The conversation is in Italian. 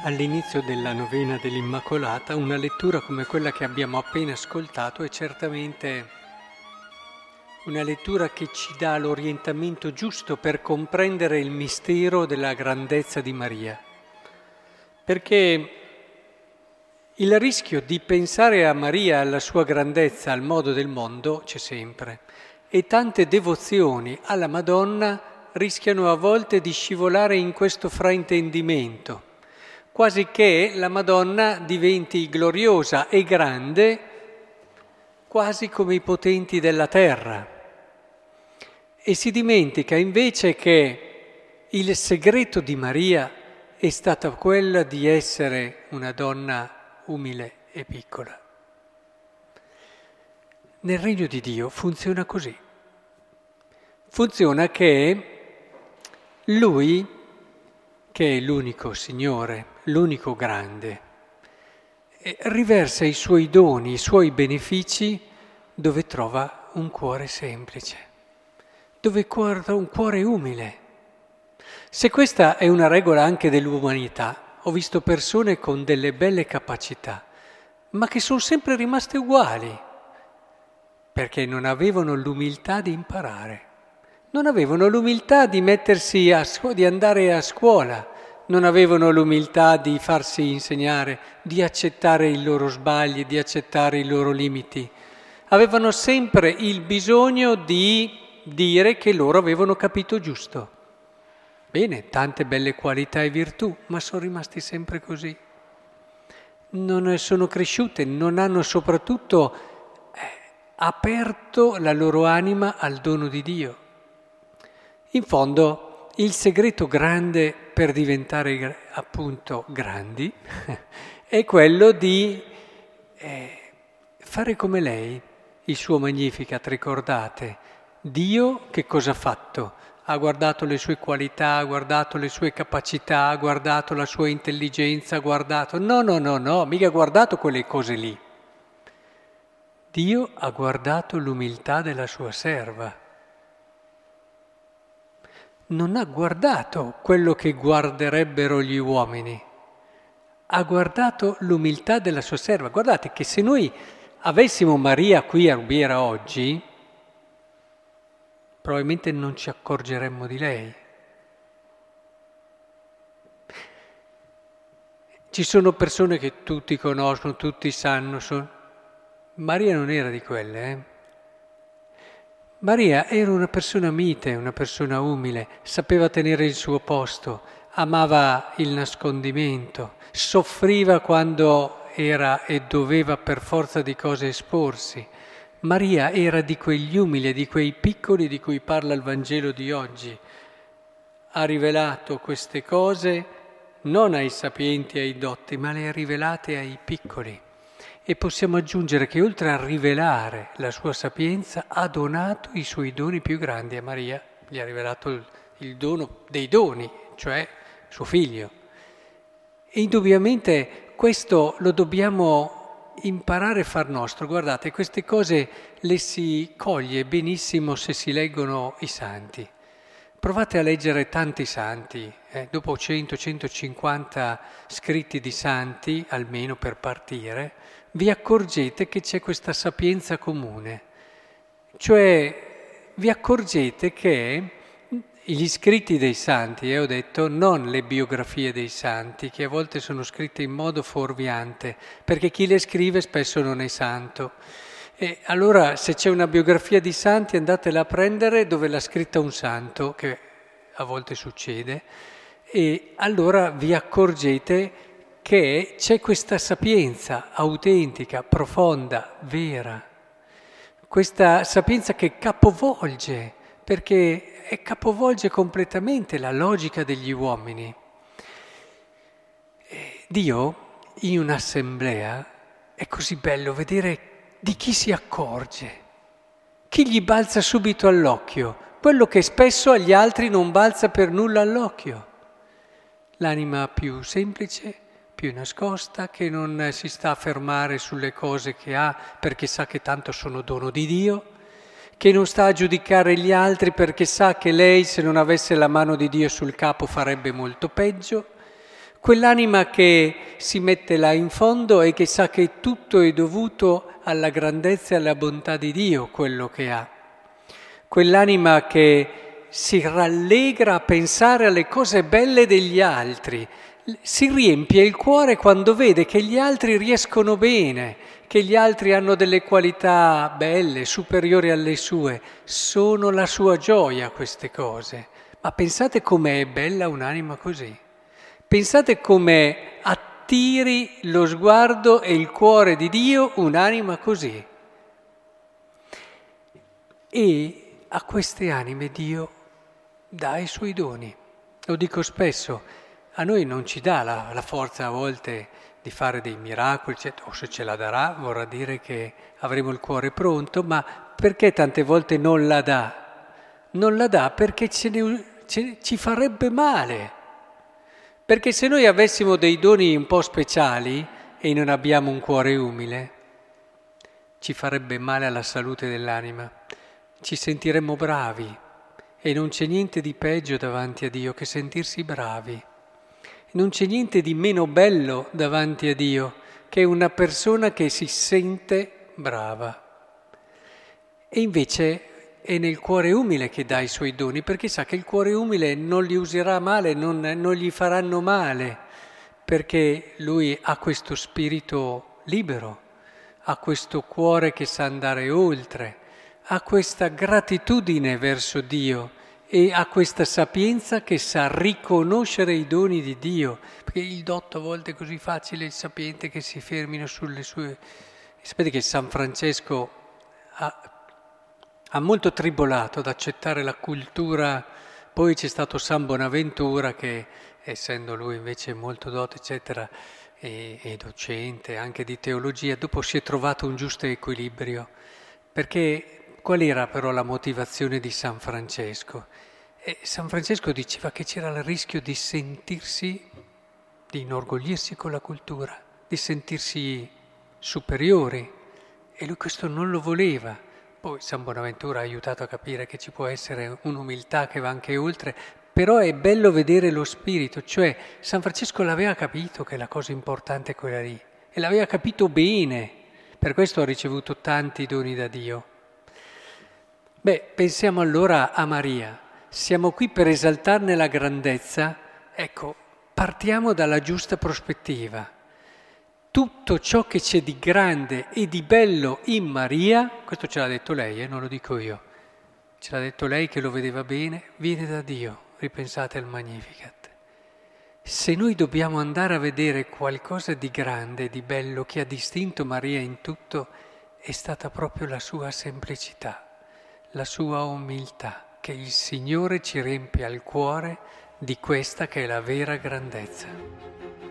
All'inizio della novena dell'Immacolata, una lettura come quella che abbiamo appena ascoltato è certamente una lettura che ci dà l'orientamento giusto per comprendere il mistero della grandezza di Maria. Perché il rischio di pensare a Maria, alla sua grandezza, al modo del mondo, c'è sempre. E tante devozioni alla Madonna rischiano a volte di scivolare in questo fraintendimento, quasi che la Madonna diventi gloriosa e grande, quasi come i potenti della terra. E si dimentica invece che il segreto di Maria è stato quello di essere una donna umile e piccola. Nel regno di Dio funziona così. Funziona che Lui, che è l'unico Signore, l'unico grande, riversa i suoi doni, i suoi benefici dove trova un cuore semplice, dove guarda un cuore umile. Se questa è una regola anche dell'umanità, ho visto persone con delle belle capacità, ma che sono sempre rimaste uguali, perché non avevano l'umiltà di imparare, non avevano l'umiltà di mettersi di andare a scuola, non avevano l'umiltà di farsi insegnare, di accettare i loro sbagli, di accettare i loro limiti. Avevano sempre il bisogno di dire che loro avevano capito giusto. Bene, tante belle qualità e virtù, ma sono rimasti sempre così. Non sono cresciute, non hanno soprattutto aperto la loro anima al dono di Dio. In fondo, il segreto grande per diventare appunto grandi è quello di fare come lei, il suo Magnificat, ricordate. Dio che cosa ha fatto? Ha guardato le sue qualità, ha guardato le sue capacità, ha guardato la sua intelligenza, ha guardato... No, mica ha guardato quelle cose lì. Dio ha guardato l'umiltà della sua serva. Non ha guardato quello che guarderebbero gli uomini. Ha guardato l'umiltà della sua serva. Guardate che se noi avessimo Maria qui a Rubiera oggi, probabilmente non ci accorgeremmo di lei. Ci sono persone che tutti conoscono, tutti sanno. Maria non era di quelle, Maria era una persona mite, una persona umile, sapeva tenere il suo posto, amava il nascondimento, soffriva quando era e doveva per forza di cose esporsi. Maria era di quegli umili, di quei piccoli di cui parla il Vangelo di oggi. Ha rivelato queste cose non ai sapienti e ai dotti, ma le ha rivelate ai piccoli. E possiamo aggiungere che oltre a rivelare la sua sapienza, ha donato i suoi doni più grandi a Maria. Gli ha rivelato il dono dei doni, cioè suo figlio. E indubbiamente questo lo dobbiamo imparare a far nostro. Guardate, queste cose le si coglie benissimo se si leggono i santi. Provate a leggere tanti santi, dopo 100-150 scritti di santi, almeno per partire, vi accorgete che c'è questa sapienza comune. Cioè, vi accorgete che gli scritti dei santi, ho detto, non le biografie dei santi, che a volte sono scritte in modo fuorviante, perché chi le scrive spesso non è santo. E allora se c'è una biografia di santi andatela a prendere dove l'ha scritta un santo, che a volte succede, e allora vi accorgete che c'è questa sapienza autentica, profonda, vera, questa sapienza che capovolge, perché capovolge completamente la logica degli uomini. Dio in un'assemblea è così bello vedere di chi si accorge, chi gli balza subito all'occhio, quello che spesso agli altri non balza per nulla all'occhio. L'anima più semplice, più nascosta, che non si sta a fermare sulle cose che ha perché sa che tanto sono dono di Dio, che non sta a giudicare gli altri perché sa che lei, se non avesse la mano di Dio sul capo, farebbe molto peggio. quell'anima che si mette là in fondo e che sa che tutto è dovuto alla grandezza e alla bontà di Dio, quello che ha. Quell'anima che si rallegra a pensare alle cose belle degli altri, si riempie il cuore quando vede che gli altri riescono bene, che gli altri hanno delle qualità belle, superiori alle sue. Sono la sua gioia queste cose. Ma pensate com'è bella un'anima così. Pensate come attiri lo sguardo e il cuore di Dio un'anima così. E a queste anime Dio dà i suoi doni. Lo dico spesso, a noi non ci dà la forza a volte di fare dei miracoli, o se ce la darà vorrà dire che avremo il cuore pronto, ma perché tante volte non la dà? Non la dà perché ci farebbe male. Perché se noi avessimo dei doni un po' speciali e non abbiamo un cuore umile, ci farebbe male alla salute dell'anima, ci sentiremmo bravi e non c'è niente di peggio davanti a Dio che sentirsi bravi. Non c'è niente di meno bello davanti a Dio che una persona che si sente brava. E invece è nel cuore umile che dà i suoi doni, perché sa che il cuore umile non li userà male, non gli faranno male, perché lui ha questo spirito libero, ha questo cuore che sa andare oltre, ha questa gratitudine verso Dio e ha questa sapienza che sa riconoscere i doni di Dio, perché il dotto a volte è così facile, il sapiente che si fermino sulle sue... Sapete che San Francesco ha molto tribolato ad accettare la cultura, poi c'è stato San Bonaventura che, essendo lui invece molto dotto, eccetera, e docente anche di teologia, dopo si è trovato un giusto equilibrio. Perché qual era però la motivazione di San Francesco? San Francesco diceva che c'era il rischio di sentirsi, di inorgoglirsi con la cultura, di sentirsi superiori, e lui questo non lo voleva. Poi San Bonaventura ha aiutato a capire che ci può essere un'umiltà che va anche oltre, però è bello vedere lo spirito, cioè San Francesco l'aveva capito che la cosa importante è quella lì, e l'aveva capito bene, per questo ha ricevuto tanti doni da Dio. Pensiamo allora a Maria, siamo qui per esaltarne la grandezza, ecco, partiamo dalla giusta prospettiva. Tutto ciò che c'è di grande e di bello in Maria, questo ce l'ha detto lei, non lo dico io, ce l'ha detto lei che lo vedeva bene, viene da Dio, ripensate al Magnificat. Se noi dobbiamo andare a vedere qualcosa di grande e di bello che ha distinto Maria in tutto, è stata proprio la sua semplicità, la sua umiltà, che il Signore ci riempie al cuore di questa che è la vera grandezza.